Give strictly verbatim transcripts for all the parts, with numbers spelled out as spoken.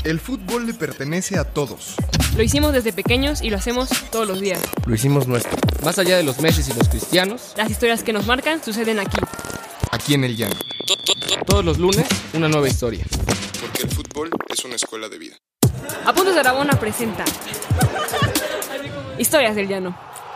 El fútbol le pertenece a todos. Lo hicimos desde pequeños y lo hacemos todos los días. Lo hicimos nuestro. Más allá de los Messi y los Cristianos, las historias que nos marcan suceden aquí. Aquí en El Llano. Todos los lunes, una nueva historia. Porque el fútbol es una escuela de vida. Apuntes de Aragona presenta Historias del Llano.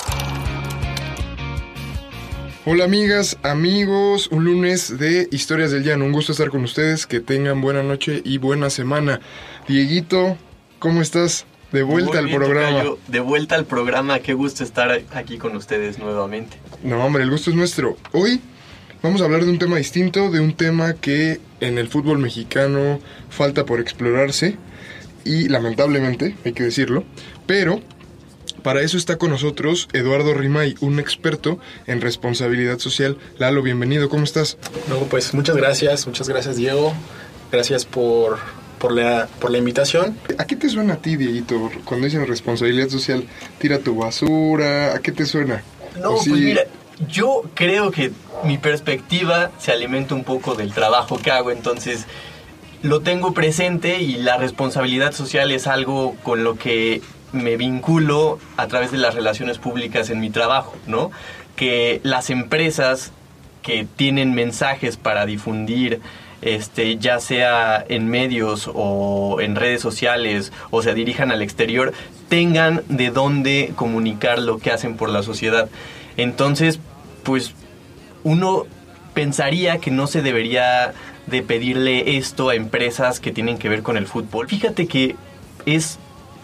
Hola amigas, amigos, un lunes de Historias del Llano. Un gusto estar con ustedes, que tengan buena noche y buena semana. Dieguito, ¿cómo estás? De vuelta Muy al bien, programa. Tocayo. De vuelta al programa, qué gusto estar aquí con ustedes nuevamente. No, hombre, el gusto es nuestro. Hoy vamos a hablar de un tema distinto, de un tema que en el fútbol mexicano falta por explorarse, y lamentablemente, hay que decirlo, pero para eso está con nosotros Eduardo Rimay, un experto en responsabilidad social. Lalo, bienvenido, ¿cómo estás? No, pues muchas gracias, muchas gracias Diego, gracias por, por, la, por la invitación. ¿A qué te suena a ti, Dieguito, cuando dicen responsabilidad social? Tira tu basura, ¿a qué te suena? No, sí? pues mira, yo creo que mi perspectiva se alimenta un poco del trabajo que hago, entonces lo tengo presente y la responsabilidad social es algo con lo que me vinculo a través de las relaciones públicas en mi trabajo, ¿no? Que las empresas que tienen mensajes para difundir, este, ya sea en medios o en redes sociales o se dirijan al exterior, tengan de dónde comunicar lo que hacen por la sociedad. Entonces, pues, uno pensaría que no se debería de pedirle esto a empresas que tienen que ver con el fútbol. Fíjate que es...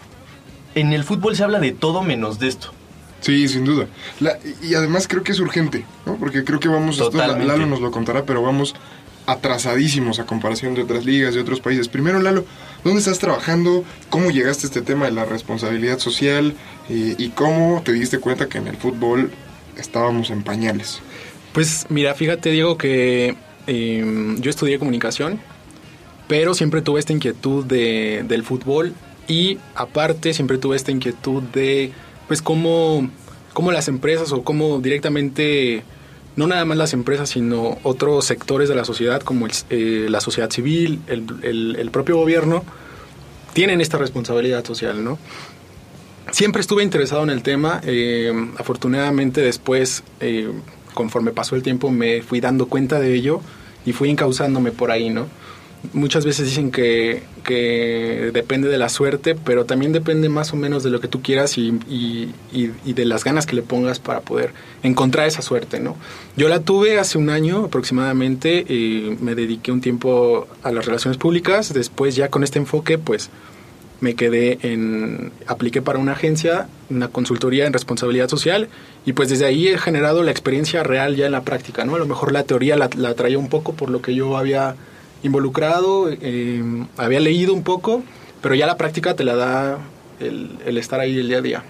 En el fútbol se habla de todo menos de esto. Sí, sin duda. La, y además creo que es urgente, ¿no? Porque creo que vamos, esto, Lalo nos lo contará, pero vamos atrasadísimos a comparación de otras ligas, de otros países. Primero, Lalo, ¿dónde estás trabajando? ¿Cómo llegaste a este tema de la responsabilidad social? Eh, ¿Y cómo te diste cuenta que en el fútbol estábamos en pañales? Pues mira, fíjate Diego que eh, yo estudié comunicación, pero siempre tuve esta inquietud de, del fútbol. Y aparte siempre tuve esta inquietud de pues cómo, cómo las empresas o cómo directamente, no nada más las empresas, sino otros sectores de la sociedad como el, eh, la sociedad civil, el, el, el propio gobierno, tienen esta responsabilidad social, ¿no? Siempre estuve interesado en el tema, eh, afortunadamente después, eh, conforme pasó el tiempo, me fui dando cuenta de ello y fui encauzándome por ahí, ¿no? Muchas veces dicen que, que depende de la suerte, pero también depende más o menos de lo que tú quieras y, y, y, y de las ganas que le pongas para poder encontrar esa suerte, ¿no? Yo la tuve hace un año aproximadamente, y me dediqué un tiempo a las relaciones públicas. Después ya con este enfoque pues me quedé en... apliqué para una agencia, una consultoría en responsabilidad social, y pues desde ahí he generado la experiencia real ya en la práctica, ¿no? A lo mejor la teoría la, la traía un poco por lo que yo había involucrado, eh, había leído un poco, pero ya la práctica te la da el, el estar ahí el día a día.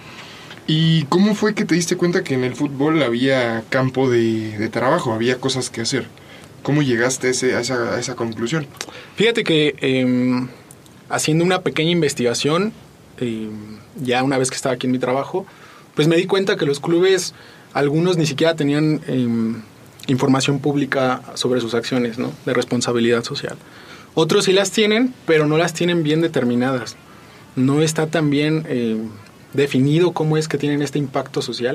¿Y cómo fue que te diste cuenta que en el fútbol había campo de, de trabajo, había cosas que hacer? ¿Cómo llegaste a, ese, a, esa, a esa conclusión? Fíjate que eh, haciendo una pequeña investigación, eh, ya una vez que estaba aquí en mi trabajo, pues me di cuenta que los clubes, algunos ni siquiera tenían Eh, información pública sobre sus acciones, ¿no? De responsabilidad social. Otros sí las tienen, pero no las tienen bien determinadas. No está tan bien eh, definido cómo es que tienen este impacto social.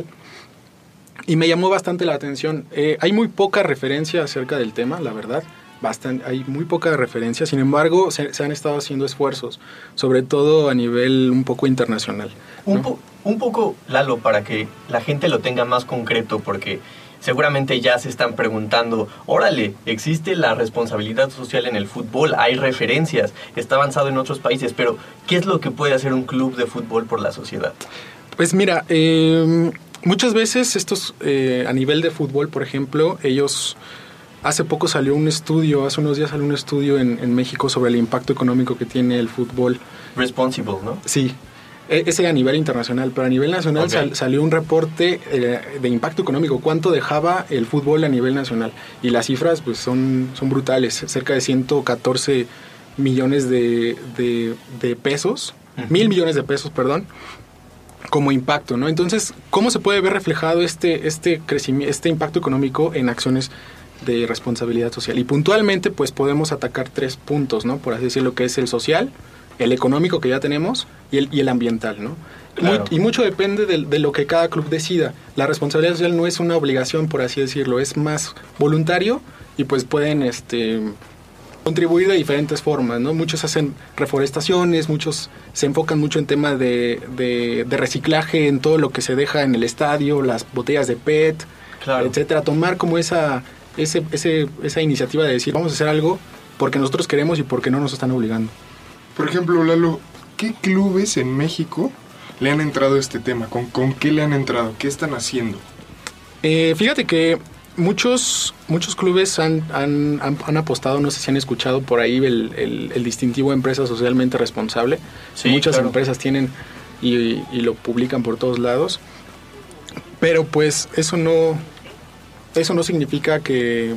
Y me llamó bastante la atención. Eh, hay muy poca referencia acerca del tema, la verdad. Bastante, hay muy poca referencia. Sin embargo, se, se han estado haciendo esfuerzos, sobre todo a nivel un poco internacional, ¿no? Un, po- un poco, Lalo, para que la gente lo tenga más concreto, porque seguramente ya se están preguntando, órale, existe la responsabilidad social en el fútbol, hay referencias, está avanzado en otros países, pero ¿qué es lo que puede hacer un club de fútbol por la sociedad? Pues mira, eh, muchas veces estos, eh, a nivel de fútbol, por ejemplo, ellos, hace poco salió un estudio, hace unos días salió un estudio en, en México sobre el impacto económico que tiene el fútbol. Responsible, ¿no? Sí. Ese a nivel internacional, pero a nivel nacional okay. sal, salió un reporte eh, de impacto económico, cuánto dejaba el fútbol a nivel nacional, y las cifras pues son, son brutales, cerca de ciento catorce millones de, de, de pesos, uh-huh. mil millones de pesos, perdón, como impacto, ¿no? Entonces, ¿cómo se puede ver reflejado este, este crecimiento, este impacto económico en acciones de responsabilidad social. Y puntualmente, pues podemos atacar tres puntos, ¿no? Por así decirlo, que es el social, el económico que ya tenemos y el, y el ambiental, ¿no? Claro. Muy, y mucho depende de, de lo que cada club decida. La responsabilidad social no es una obligación, por así decirlo, es más voluntario y pues pueden este, contribuir de diferentes formas, ¿no? Muchos hacen reforestaciones, muchos se enfocan mucho en temas de, de, de reciclaje, en todo lo que se deja en el estadio, las botellas de P E T, claro, etcétera. Tomar como esa, ese, ese, esa iniciativa de decir, vamos a hacer algo porque nosotros queremos y porque no nos están obligando. Por ejemplo, Lalo, ¿qué clubes en México le han entrado a este tema? ¿Con, con qué le han entrado? ¿Qué están haciendo? Eh, fíjate que muchos muchos clubes han, han, han, han apostado, no sé si han escuchado por ahí el, el, el distintivo empresa socialmente responsable. Sí, muchas claro. empresas tienen y, y lo publican por todos lados. Pero pues eso no eso no significa que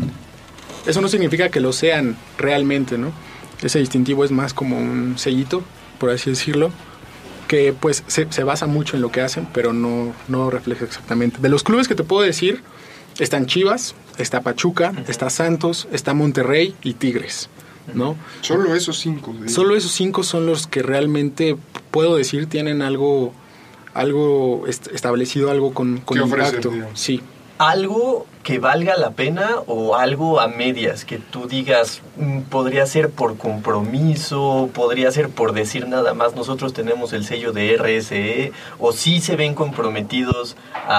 eso no significa que lo sean realmente, ¿no? Ese distintivo es más como un sellito, por así decirlo, que pues se, se basa mucho en lo que hacen, pero no, no refleja exactamente. De los clubes que te puedo decir, están Chivas, está Pachuca, uh-huh. está Santos, está Monterrey y Tigres, ¿no? Solo esos cinco. ¿Sí? Solo esos cinco son los que realmente, puedo decir, tienen algo, algo est- establecido, algo con, con impacto. Ofrecen, sí. ¿Algo que valga la pena o algo a medias que tú digas mmm, podría ser por compromiso, podría ser por decir nada más nosotros tenemos el sello de R S E, o sí se ven comprometidos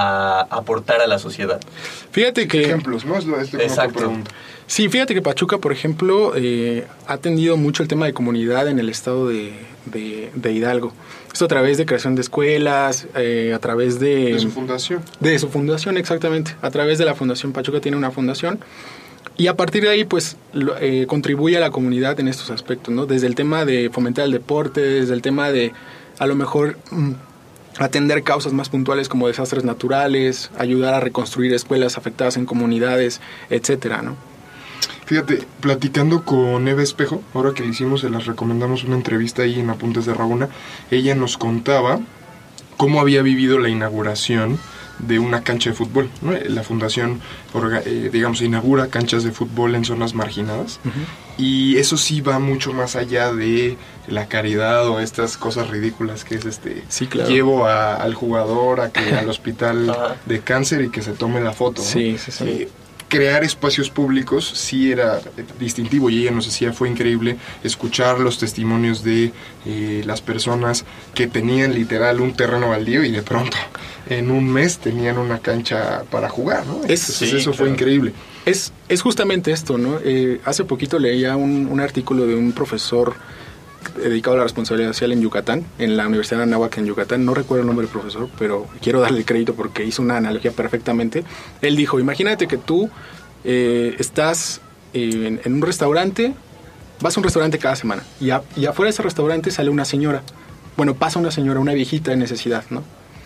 a aportar a la sociedad? Fíjate que... Ejemplos, ¿no? Es lo, es lo Exacto. Sí, fíjate que Pachuca, por ejemplo, eh, ha atendido mucho el tema de comunidad en el estado de, de, de Hidalgo. Esto a través de creación de escuelas, eh, a través de... De su fundación. De su fundación, exactamente. A través de la Fundación Pachuca tiene una fundación. Y a partir de ahí, pues, lo, eh, contribuye a la comunidad en estos aspectos, ¿no? Desde el tema de fomentar el deporte, desde el tema de, a lo mejor, mmm, atender causas más puntuales como desastres naturales, ayudar a reconstruir escuelas afectadas en comunidades, etcétera, ¿no? Fíjate, platicando con Eva Espejo, ahora que le hicimos, se las recomendamos una entrevista ahí en Apuntes de Rabona, ella nos contaba cómo había vivido la inauguración de una cancha de fútbol, ¿no? La fundación, eh, digamos, inaugura canchas de fútbol en zonas marginadas, uh-huh. y eso sí va mucho más allá de la caridad o estas cosas ridículas que es este, sí, claro. llevo a, al jugador a que al hospital de cáncer y que se tome la foto, ¿no? Sí, sí, sí. Eh, crear espacios públicos sí era distintivo y ella nos decía, fue increíble escuchar los testimonios de eh, las personas que tenían literal un terreno baldío y de pronto en un mes tenían una cancha para jugar, ¿no? Es, Entonces, sí, eso claro. fue increíble. Es, es justamente esto, ¿no? Eh, hace poquito leía un, un artículo de un profesor dedicado a la responsabilidad social en Yucatán, en la Universidad de Anáhuac en Yucatán. No recuerdo el nombre del profesor, pero quiero darle crédito porque hizo una analogía perfectamente. Él dijo, imagínate que tú eh, estás eh, en, en un restaurante, vas a un restaurante cada semana, y, a, y afuera de ese restaurante sale una señora. Bueno, pasa una señora, una viejita en necesidad, ¿no?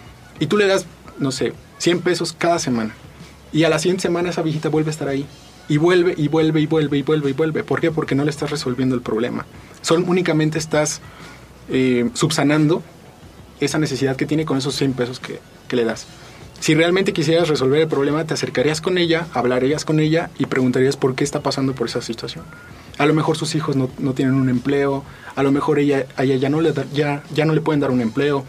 Y tú le das, no sé, cien pesos cada semana. Y a la siguiente semana esa viejita vuelve a estar ahí. Y vuelve, y vuelve, y vuelve, y vuelve, y vuelve. ¿Por qué? Porque no le estás resolviendo el problema. Son, únicamente estás eh, subsanando esa necesidad que tiene con esos cien pesos que, que le das. Si realmente quisieras resolver el problema, te acercarías con ella, hablarías con ella y preguntarías por qué está pasando por esa situación. A lo mejor sus hijos no, no tienen un empleo, a lo mejor ella, a ella ya no, le da, ya, ya no le pueden dar un empleo.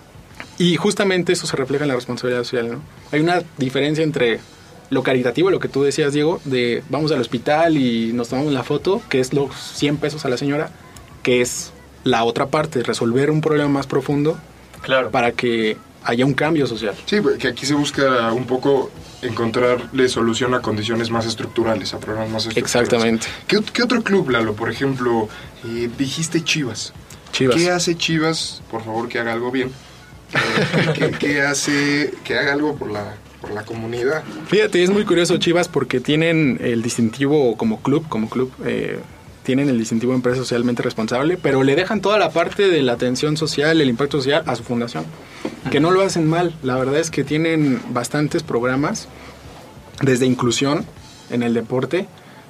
Y justamente eso se refleja en la responsabilidad social, ¿no? Hay una diferencia entre lo caritativo, lo que tú decías, Diego, de vamos al hospital y nos tomamos la foto, que es los cien pesos a la señora, que es la otra parte, resolver un problema más profundo, claro, para que haya un cambio social. Sí, que aquí se busca un poco encontrarle solución a condiciones más estructurales, a problemas más estructurales. Exactamente. ¿Qué, qué otro club, Lalo? Por ejemplo, eh, dijiste Chivas. Chivas. ¿Qué hace Chivas? Por favor, que haga algo bien. ¿Qué, qué, qué hace? Que haga algo por la... por la comunidad. Fíjate, es muy curioso Chivas porque tienen el distintivo como club, como club, eh, tienen el distintivo de empresa socialmente responsable, pero le dejan toda la parte de la atención social, el impacto social a su fundación, que no lo hacen mal. La verdad es que tienen bastantes programas, desde inclusión en el deporte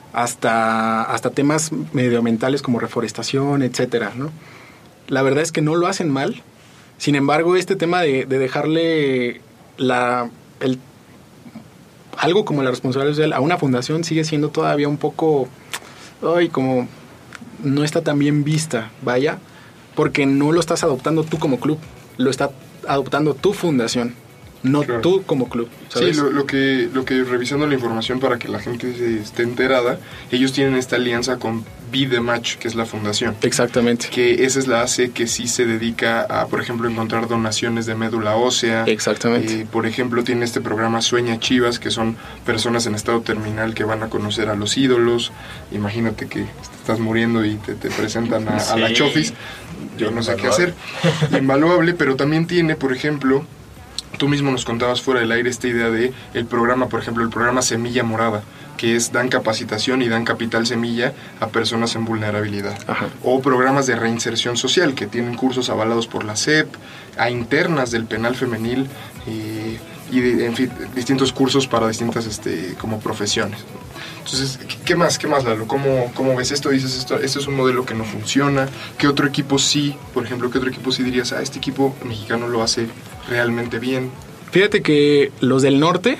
hasta, hasta temas medioambientales como reforestación, etcétera, ¿no? La verdad es que no lo hacen mal. Sin embargo, este tema de, de dejarle la... El, algo como la responsabilidad social a una fundación sigue siendo todavía un poco, ay, como no está tan bien vista, vaya, porque no lo estás adoptando tú como club, lo está adoptando tu fundación, no claro. tú como club, ¿sabes? Sí, lo, lo que lo que revisando la información para que la gente se esté enterada, ellos tienen esta alianza con Be The Match, que es la fundación. Exactamente. Que esa es la A C que sí se dedica a, por ejemplo, encontrar donaciones de médula ósea. Exactamente. Eh, por ejemplo, tiene este programa Sueña Chivas, que son personas en estado terminal que van a conocer a los ídolos. Imagínate que estás muriendo y te, te presentan a, sí. a la Chofis. Yo no sé qué hacer. Invaluable, pero también tiene, por ejemplo, tú mismo nos contabas fuera del aire esta idea de el programa, por ejemplo, el programa Semilla Morada, que es dan capacitación y dan capital semilla a personas en vulnerabilidad. Ajá. O programas de reinserción social, que tienen cursos avalados por la S E P, a internas del penal femenil eh, y, de, en fin, distintos cursos para distintas este, como profesiones. Entonces, ¿qué más? ¿Qué más, Lalo? ¿Cómo, cómo ves esto? Dices, esto, esto es un modelo que no funciona. ¿Qué otro equipo sí? Por ejemplo, ¿qué otro equipo sí dirías, ah, este equipo mexicano lo hace realmente bien? Fíjate que los del norte,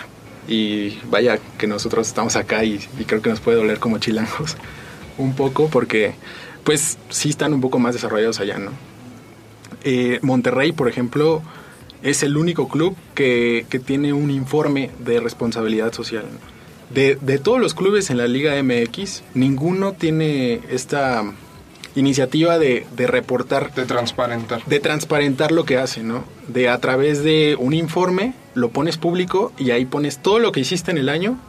y vaya que nosotros estamos acá y, y creo que nos puede doler como chilangos un poco porque pues sí están un poco más desarrollados allá, ¿no? Eh, Monterrey, por ejemplo, es el único club que, que tiene un informe de responsabilidad social. De, de todos los clubes en la Liga M X, ninguno tiene esta iniciativa de, de reportar, de transparentar de transparentar lo que hace, ¿no? De a través de un informe lo pones público y ahí pones todo lo que hiciste en el año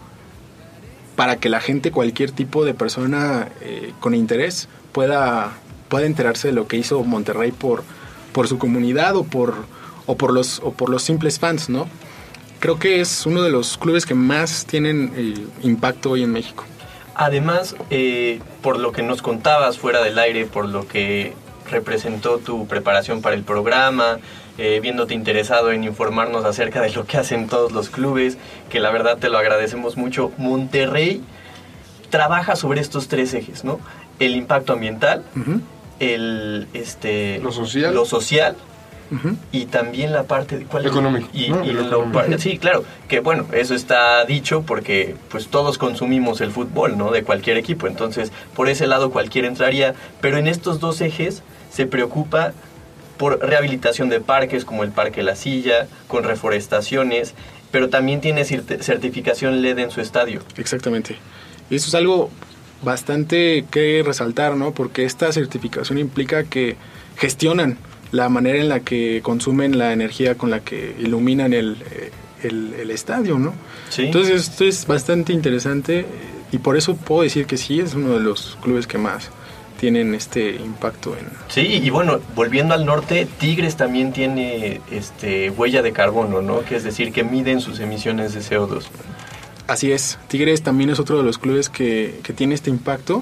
para que la gente, cualquier tipo de persona eh, con interés pueda, pueda enterarse de lo que hizo Monterrey por, por su comunidad o por, o por los o por los simples fans, ¿no? Creo que es uno de los clubes que más tienen eh, impacto hoy en México. Además, eh, por lo que nos contabas fuera del aire, por lo que representó tu preparación para el programa, eh, viéndote interesado en informarnos acerca de lo que hacen todos los clubes, que la verdad te lo agradecemos mucho. Monterrey trabaja sobre estos tres ejes, ¿no? El impacto ambiental, uh-huh. el este lo social, lo social uh-huh. y también la parte de, ¿cuál económico. Y, ¿no? y lo, económico. Sí, claro, que bueno, eso está dicho porque pues todos consumimos el fútbol, ¿no? De cualquier equipo, entonces por ese lado cualquiera entraría, pero en estos dos ejes se preocupa por rehabilitación de parques como el Parque La Silla, con reforestaciones, pero también tiene certificación L E D en su estadio. Exactamente. Y eso es algo bastante que resaltar, ¿no? Porque esta certificación implica que gestionan la manera en la que consumen la energía con la que iluminan el, el, el estadio, ¿no? Sí. Entonces esto es bastante interesante y por eso puedo decir que sí, es uno de los clubes que más tienen este impacto en... Sí, y bueno, volviendo al norte, Tigres también tiene este huella de carbono, ¿no? Que es decir, que miden sus emisiones de C O dos. Así es, Tigres también es otro de los clubes que, que tiene este impacto.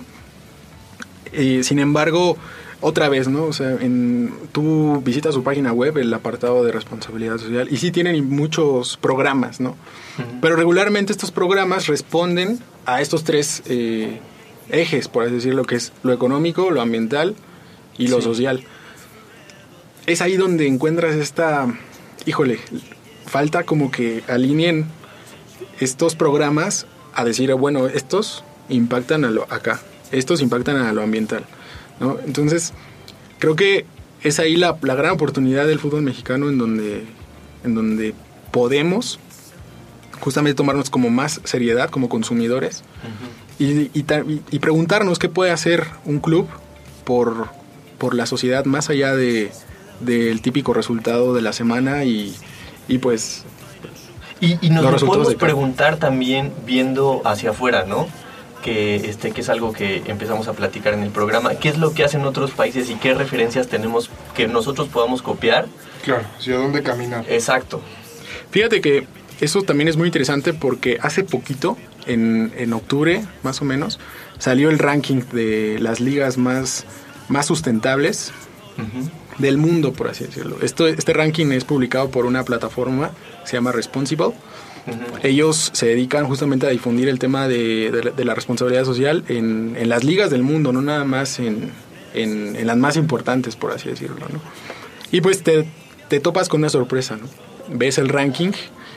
Eh, sin embargo, otra vez, ¿no? O sea, en, tú visitas su página web, el apartado de responsabilidad social, y sí tienen muchos programas, ¿no? Uh-huh. Pero regularmente estos programas responden a estos tres eh, ejes, por así decirlo, que es lo económico, lo ambiental y lo sí. social. Es ahí donde encuentras esta... Híjole, falta como que alineen estos programas a decir, bueno, estos impactan a lo acá, estos impactan a lo ambiental, ¿no? Entonces, creo que es ahí la, la gran oportunidad del fútbol mexicano en donde, en donde podemos justamente tomarnos como más seriedad como consumidores uh-huh. y, y, y preguntarnos qué puede hacer un club por, por la sociedad más allá de, del típico resultado de la semana y, y pues... Y, y nos lo podemos preguntar también viendo hacia afuera, ¿no? Que, este, que es algo que empezamos a platicar en el programa. ¿Qué es lo que hacen otros países y qué referencias tenemos que nosotros podamos copiar? Claro, hacia dónde caminar. Exacto. Fíjate que eso también es muy interesante porque hace poquito, en, en octubre más o menos, salió el ranking de las ligas más, más sustentables uh-huh. del mundo, por así decirlo. Esto, este ranking es publicado por una plataforma que se llama Responsible. Uh-huh. Ellos se dedican justamente a difundir el tema de, de, de la responsabilidad social en, en las ligas del mundo, no nada más en, en, en las más importantes, por así decirlo, ¿no? Y pues te, te topas con una sorpresa, ¿no? Ves el ranking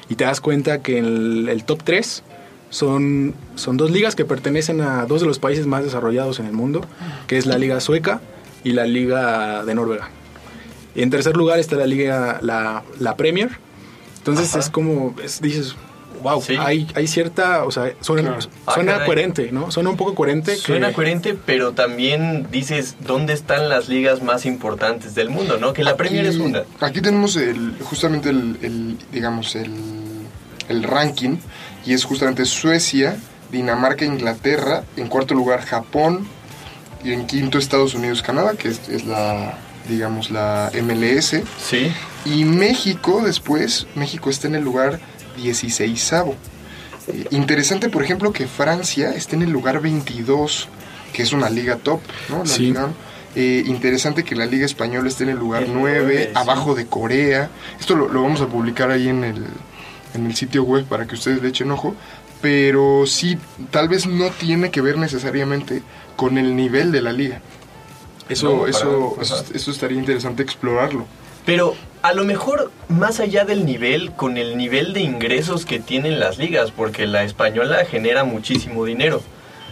y te das cuenta que en el, el top tres son, son dos ligas que pertenecen a dos de los países más desarrollados en el mundo, que es la Liga Sueca y la Liga de Noruega. Y en tercer lugar está la Liga, la, la Premier. Entonces Ajá. es como, es, dices, wow, sí. hay, hay cierta, o sea, suena, claro. suena ah, coherente, ¿no? Suena un poco coherente. Suena que... coherente, pero también dices, ¿dónde están las ligas más importantes del mundo, no? Que la aquí, Premier es una. Aquí tenemos el, justamente el, el digamos, el, el ranking, y es justamente Suecia, Dinamarca, Inglaterra, en cuarto lugar Japón, y en quinto Estados Unidos, Canadá, que es, es la, digamos, la M L S. Sí. Y México después, México está en el lugar dieciseisavo. Eh, interesante, por ejemplo, que Francia esté en el lugar veintidós, que es una liga top, ¿no? La sí. liga, eh, interesante que la Liga Española esté en el lugar nueve, sí. abajo de Corea. Esto lo, lo vamos a publicar ahí en el, en el sitio web para que ustedes le echen ojo. Pero sí, tal vez no tiene que ver necesariamente con el nivel de la liga. Eso, no, eso, eso, eso estaría interesante explorarlo. Pero a lo mejor más allá del nivel, con el nivel de ingresos que tienen las ligas, porque la española genera muchísimo dinero.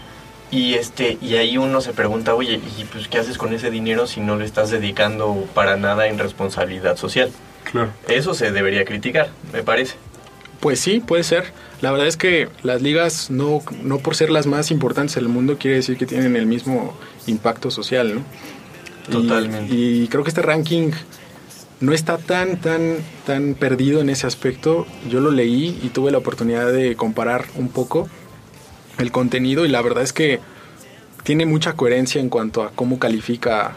Y este y ahí uno se pregunta, oye, ¿y pues qué haces con ese dinero si no lo estás dedicando para nada en responsabilidad social? Claro. Eso se debería criticar, me parece. Pues sí, puede ser. La verdad es que las ligas, no, no por ser las más importantes del mundo, quiere decir que tienen el mismo impacto social, ¿no? Totalmente. Y, y creo que este ranking no está tan, tan, tan perdido en ese aspecto. Yo lo leí y tuve la oportunidad de comparar un poco el contenido, y la verdad es que tiene mucha coherencia en cuanto a cómo califica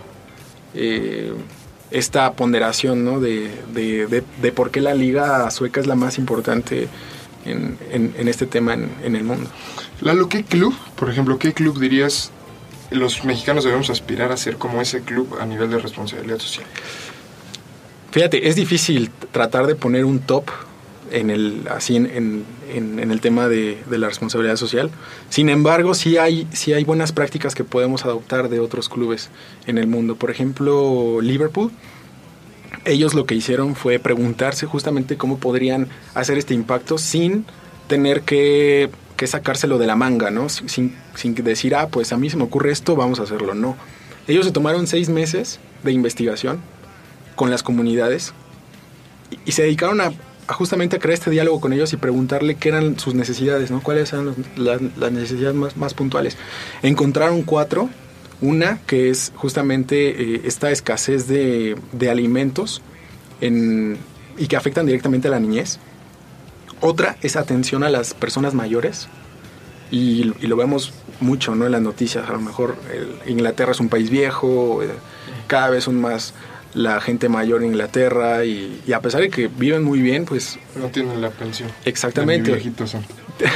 eh, esta ponderación, ¿no? de, de, de, de por qué la liga sueca es la más importante en, en, en este tema en, en el mundo. Lalo, ¿qué club, por ejemplo, qué club dirías los mexicanos debemos aspirar a ser como ese club a nivel de responsabilidad social? Fíjate, es difícil tratar de poner un top en el así en, en, en, en el tema de, de la responsabilidad social. Sin embargo, sí hay, sí hay buenas prácticas que podemos adoptar de otros clubes en el mundo. Por ejemplo, Liverpool, ellos lo que hicieron fue preguntarse justamente cómo podrían hacer este impacto sin tener que, que sacárselo de la manga, ¿no? Sin, sin decir, ah, pues a mí se me ocurre esto, vamos a hacerlo. No. Ellos se tomaron seis meses de investigación con las comunidades y, y se dedicaron a, a justamente a crear este diálogo con ellos y preguntarle qué eran sus necesidades, ¿no? Cuáles eran los, las, las necesidades más, más puntuales. Encontraron cuatro. Una que es justamente eh, esta escasez de, de alimentos en, y que afectan directamente a la niñez. Otra es atención a las personas mayores, y, y lo vemos mucho, ¿no? En las noticias. A lo mejor el, Inglaterra es un país viejo, eh, cada vez son más la gente mayor en Inglaterra, y, y a pesar de que viven muy bien, pues no tienen la pensión. Exactamente. Viejitos son.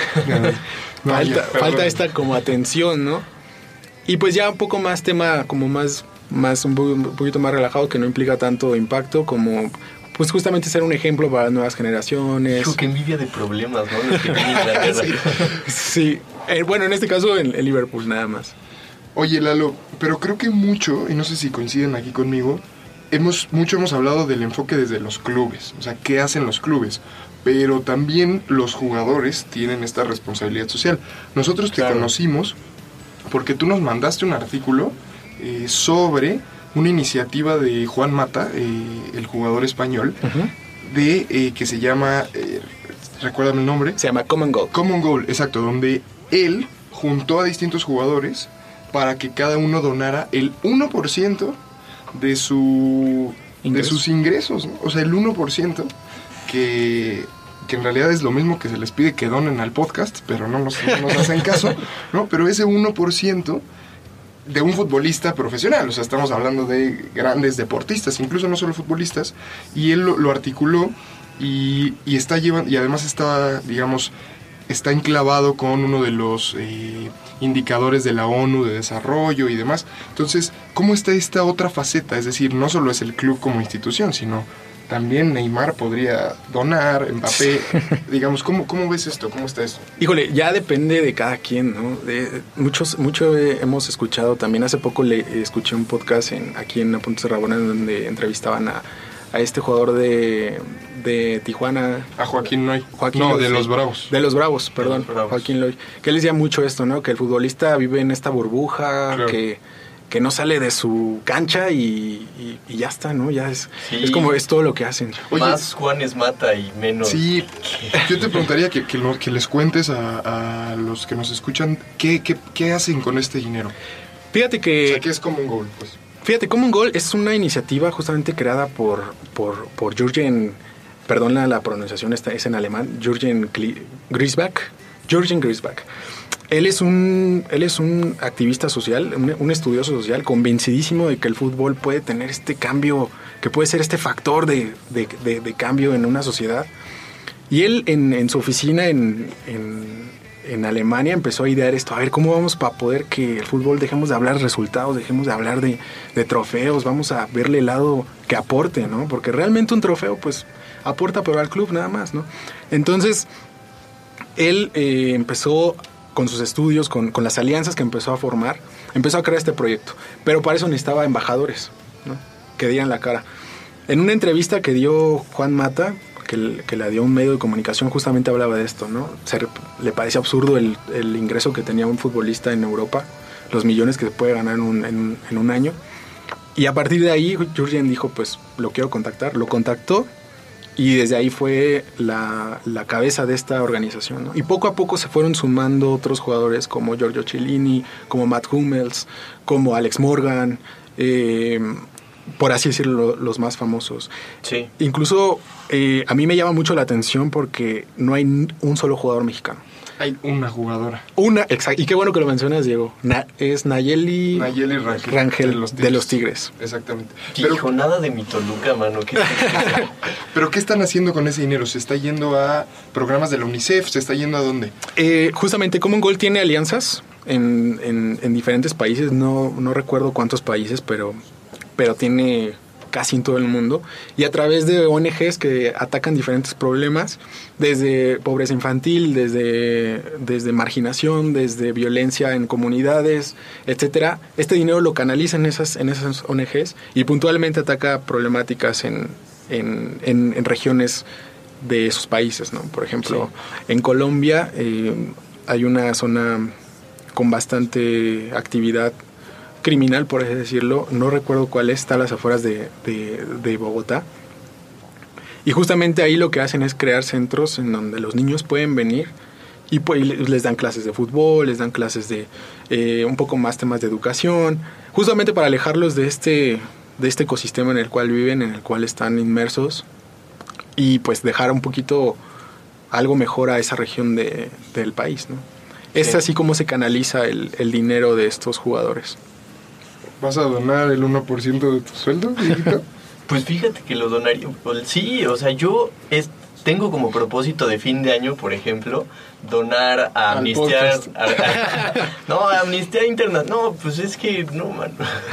no, falta, ya, falta esta como atención, ¿no? Y pues ya un poco más tema, como más, más un, un poquito más relajado, que no implica tanto impacto, como pues justamente ser un ejemplo para las nuevas generaciones. Hijo, qué envidia de problemas, ¿no? Los que tiene Inglaterra. sí, sí. Eh, bueno, en este caso en, en Liverpool nada más. Oye, Lalo, pero creo que mucho, y no sé si coinciden aquí conmigo, hemos mucho hemos hablado del enfoque desde los clubes, o sea, ¿qué hacen los clubes? Pero también los jugadores tienen esta responsabilidad social. Nosotros te claro. conocimos porque tú nos mandaste un artículo eh, sobre una iniciativa de Juan Mata, eh, el jugador español, uh-huh. de eh, que se llama, eh, recuérdame el nombre. Se llama Common Goal. Common Goal, exacto, donde él juntó a distintos jugadores para que cada uno donara el uno por ciento de, su, de sus ingresos, ¿no? O sea, el uno por ciento que... que en realidad es lo mismo que se les pide que donen al podcast, pero no nos, no nos hacen caso, ¿no? Pero ese uno por ciento de un futbolista profesional, o sea, estamos hablando de grandes deportistas, incluso no solo futbolistas, y él lo, lo articuló y, y está llevando, y además está, digamos, está enclavado con uno de los eh, indicadores de la ONU de desarrollo y demás. Entonces, ¿cómo está esta otra faceta? Es decir, no solo es el club como institución, sino también Neymar podría donar, Mbappé, digamos, ¿cómo, ¿cómo ves esto? ¿Cómo está esto? Híjole, ya depende de cada quien, ¿no? De, muchos, mucho eh, hemos escuchado, también hace poco le escuché un podcast en, aquí en Apuntes de Rabona donde entrevistaban a, a este jugador de, de Tijuana. A Joaquín Loy. Joaquín no, Loy, de sí. los Bravos. De los Bravos, perdón, los Bravos. Joaquín Loy. Que él decía mucho esto, ¿no? Que el futbolista vive en esta burbuja, Claro. que, que no sale de su cancha y, y, y ya está, ¿no? Ya es, Sí. es como es todo lo que hacen. Oye, Más Juanes Mata y menos... Sí, yo te preguntaría que, que, lo- que les cuentes a, a los que nos escuchan qué, qué, qué hacen con este dinero. Fíjate O que... sea, ¿qué es como un gol? Pues. Fíjate, Common Goal es una iniciativa justamente creada por, por, por Jürgen, perdón la, la pronunciación esta es en alemán, Jürgen Gli- Griesbach, Jürgen Griesbach. Él es un, él es un activista social, un, un estudioso social, convencidísimo de que el fútbol puede tener este cambio, que puede ser este factor de, de, de, de cambio en una sociedad. Y él en, en su oficina en, en, en Alemania empezó a idear esto, a ver cómo vamos para poder que el fútbol dejemos de hablar de resultados, dejemos de hablar de, de trofeos, vamos a verle el lado que aporte, ¿no? Porque realmente un trofeo pues aporta pero al club nada más, ¿no? Entonces él eh, empezó con sus estudios, con, con las alianzas que empezó a formar, empezó a crear este proyecto, pero para eso necesitaba embajadores, ¿no? Que dieran la cara. En una entrevista que dio Juan Mata, que, que la dio un medio de comunicación, justamente hablaba de esto, ¿no? Se, le parece absurdo el, el ingreso que tenía un futbolista en Europa, los millones que se puede ganar en un, en, en un año. Y a partir de ahí, Jürgen dijo, pues, lo quiero contactar. Lo contactó y desde ahí fue la, la cabeza de esta organización, ¿no? Y poco a poco se fueron sumando otros jugadores como Giorgio Chiellini, como Matt Hummels, como Alex Morgan, eh, por así decirlo, los más famosos. Sí. Incluso eh, a mí me llama mucho la atención porque no hay un solo jugador mexicano. Hay una jugadora. Una, exacto. Y qué bueno que lo mencionas, Diego. Na, es Nayeli, Nayeli Rangel. Rangel de los Tigres. de los Tigres. Exactamente. Pero Pero, nada de mi Toluca, mano. ¿Qué pero ¿qué están haciendo con ese dinero? ¿Se está yendo a programas de la UNICEF? ¿Se está yendo a dónde? Eh, justamente Common Goal tiene alianzas en, en, en diferentes países. No, no recuerdo cuántos países, pero, pero tiene casi en todo el mundo. Y a través de O N Ges que atacan diferentes problemas, desde pobreza infantil, desde, desde marginación, desde violencia en comunidades, etcétera. Este dinero lo canaliza en esas, en esas O N Ges y puntualmente ataca problemáticas en, en, en, en regiones de esos países, ¿no? Por ejemplo, sí. En Colombia eh, hay una zona con bastante actividad criminal, por así decirlo, no recuerdo cuál es, está a las afueras de, de, de Bogotá. Y justamente ahí lo que hacen es crear centros en donde los niños pueden venir y pues les dan clases de fútbol, les dan clases de eh, un poco más temas de educación, justamente para alejarlos de este, de este ecosistema en el cual viven, en el cual están inmersos, y pues dejar un poquito algo mejor a esa región de, del país, ¿no? Es sí. Así como se canaliza el, el dinero de estos jugadores. ¿Vas a donar el uno por ciento de tu sueldo, Dieguito? Pues fíjate que lo donaría. Sí, o sea, yo es, tengo como propósito de fin de año, por ejemplo, donar a Al Amnistía. A, a, no, a Amnistía Internacional. No, pues es que no, mano.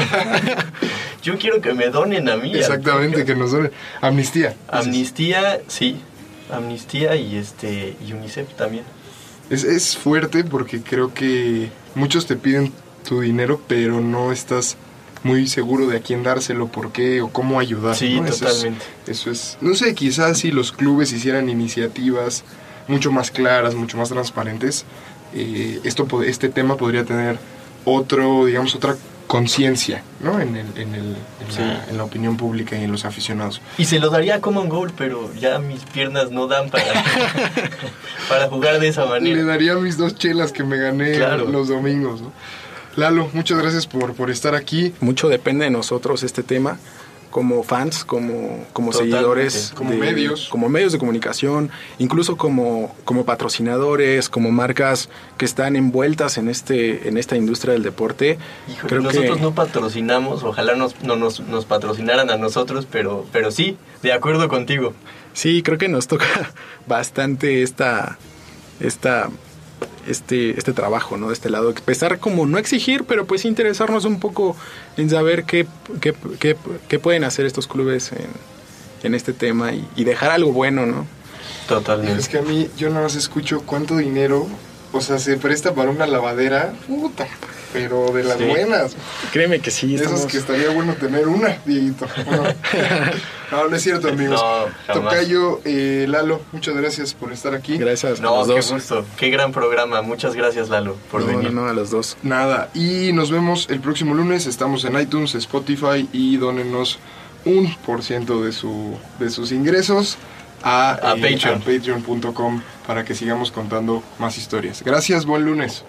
Yo quiero que me donen a mí. Exactamente, que nos donen. Amnistía. Amnistía, sí. Amnistía y este y UNICEF también. Es, es fuerte porque creo que muchos te piden tu dinero, pero no estás muy seguro de a quién dárselo, por qué o cómo ayudar. Sí, ¿no? totalmente. Eso es, eso es, no sé, quizás si los clubes hicieran iniciativas mucho más claras, mucho más transparentes, eh, esto este tema podría tener otro, digamos, otra conciencia, ¿no? En, el, en, el, en, sí. la, en la opinión pública y en los aficionados. Y se lo daría a Common Goal, pero ya mis piernas no dan para, para jugar de esa manera. Le daría mis dos chelas que me gané claro. los domingos, ¿no? Lalo, muchas gracias por, por estar aquí. Mucho depende de nosotros este tema, como fans, como, como seguidores, como de, medios. Como medios de comunicación, incluso como, como patrocinadores, como marcas que están envueltas en este en esta industria del deporte. Híjole, Creo nosotros que... no patrocinamos, ojalá nos, no nos, nos patrocinaran a nosotros, pero, pero sí, de acuerdo contigo. Sí, creo que nos toca bastante esta... esta Este, este trabajo, ¿no? De este lado, empezar como no exigir, pero pues interesarnos un poco en saber qué, qué, qué, qué pueden hacer estos clubes en, en este tema y, y dejar algo bueno, ¿no? Totalmente. Es que a mí, yo nada más escucho cuánto dinero, o sea, se presta para una lavadera, puta. pero de las Sí. buenas. Créeme que sí. De esas Estamos... que estaría bueno tener una, Dieguito. No, no, no es cierto, amigos. No, jamás. Tocayo, eh, Lalo, muchas gracias por estar aquí. Gracias a No, los qué dos. gusto. Qué gran programa. Muchas gracias, Lalo, por no, venir. no, no, a los dos. Nada, y nos vemos el próximo lunes. Estamos en iTunes, Spotify y dónenos un por ciento de, su, de sus ingresos a, A eh, Patreon. a patreon punto com para que sigamos contando más historias. Gracias, buen lunes.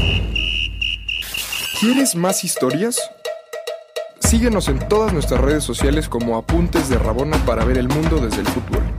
¿Quieres más historias? Síguenos en todas nuestras redes sociales como Apuntes de Rabona para ver el mundo desde el fútbol.